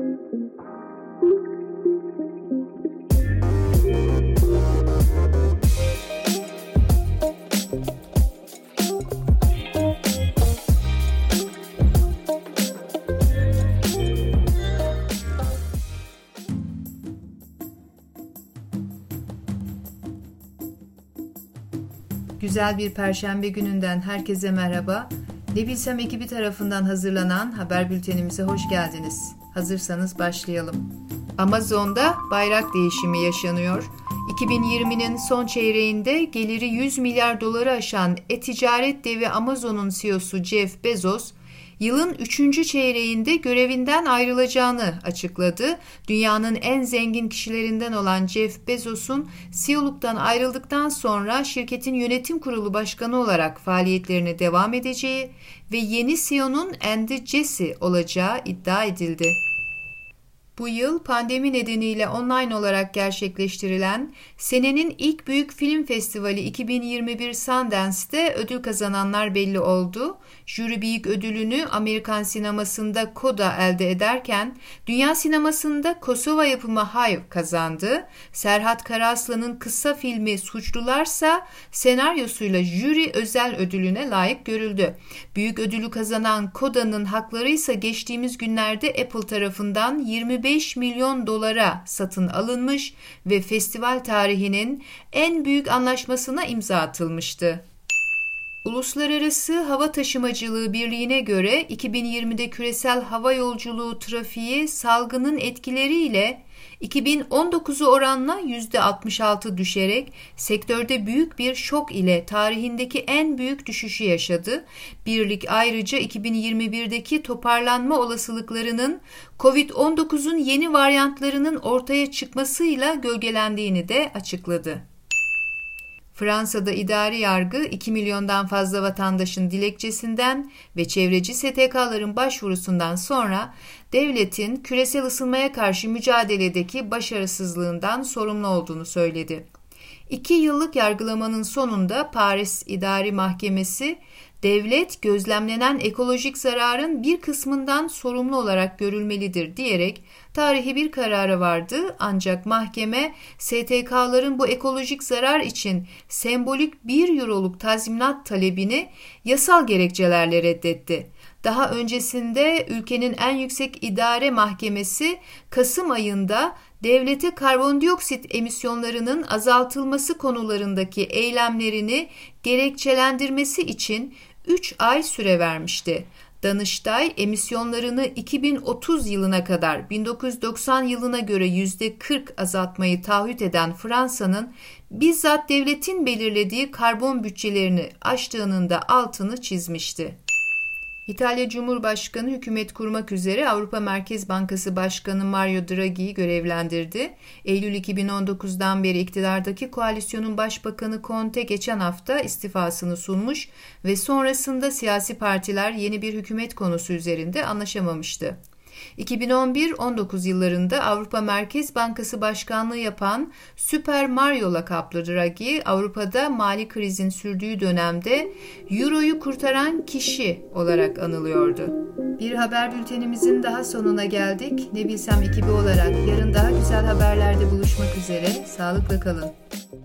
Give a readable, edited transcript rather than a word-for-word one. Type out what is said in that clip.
Güzel bir perşembe gününden herkese merhaba. Ne Bilsem ekibi tarafından hazırlanan haber bültenimize hoş geldiniz. Hazırsanız başlayalım. Amazon'da bayrak değişimi yaşanıyor. 2020'nin son çeyreğinde geliri 100 milyar doları aşan e-ticaret devi Amazon'un CEO'su Jeff Bezos, yılın 3. çeyreğinde görevinden ayrılacağını açıkladı. Dünyanın en zengin kişilerinden olan Jeff Bezos'un CEO'luktan ayrıldıktan sonra şirketin yönetim kurulu başkanı olarak faaliyetlerine devam edeceği ve yeni CEO'nun Andy Jassy olacağı iddia edildi. Bu yıl pandemi nedeniyle online olarak gerçekleştirilen senenin ilk büyük film festivali 2021 Sundance'te ödül kazananlar belli oldu. Jüri büyük ödülünü Amerikan sinemasında Coda elde ederken dünya sinemasında Kosova yapımı Hive kazandı. Serhat Karaslan'ın kısa filmi Suçlularsa senaryosuyla jüri özel ödülüne layık görüldü. Büyük ödülü kazanan Coda'nın hakları ise geçtiğimiz günlerde Apple tarafından 25 milyon dolara satın alınmış ve festival tarihinin en büyük anlaşmasına imza atılmıştı. Uluslararası Hava Taşımacılığı Birliği'ne göre 2020'de küresel hava yolculuğu trafiği salgının etkileriyle 2019'u oranla %66 düşerek sektörde büyük bir şok ile tarihindeki en büyük düşüşü yaşadı. Birlik ayrıca 2021'deki toparlanma olasılıklarının COVID-19'un yeni varyantlarının ortaya çıkmasıyla gölgelendiğini de açıkladı. Fransa'da idari yargı 2 milyondan fazla vatandaşın dilekçesinden ve çevreci STK'ların başvurusundan sonra devletin küresel ısınmaya karşı mücadeledeki başarısızlığından sorumlu olduğunu söyledi. 2 yıllık yargılamanın sonunda Paris İdari Mahkemesi, devlet gözlemlenen ekolojik zararın bir kısmından sorumlu olarak görülmelidir diyerek tarihi bir karara vardı, ancak mahkeme STK'ların bu ekolojik zarar için sembolik 1 euroluk tazminat talebini yasal gerekçelerle reddetti. Daha öncesinde ülkenin en yüksek idare mahkemesi Kasım ayında devlete karbondioksit emisyonlarının azaltılması konularındaki eylemlerini gerekçelendirmesi için 3 ay süre vermişti. Danıştay emisyonlarını 2030 yılına kadar 1990 yılına göre %40 azaltmayı taahhüt eden Fransa'nın bizzat devletin belirlediği karbon bütçelerini aştığının da altını çizmişti. İtalya Cumhurbaşkanı hükümet kurmak üzere Avrupa Merkez Bankası Başkanı Mario Draghi'yi görevlendirdi. Eylül 2019'dan beri iktidardaki koalisyonun başbakanı Conte geçen hafta istifasını sunmuş ve sonrasında siyasi partiler yeni bir hükümet konusu üzerinde anlaşamamıştı. 2011-19 yıllarında Avrupa Merkez Bankası Başkanlığı yapan Süper Mario lakaplı Draghi, Avrupa'da mali krizin sürdüğü dönemde Euro'yu kurtaran kişi olarak anılıyordu. Bir haber bültenimizin daha sonuna geldik. Ne Bilsem ekibi olarak yarın daha güzel haberlerde buluşmak üzere. Sağlıkla kalın.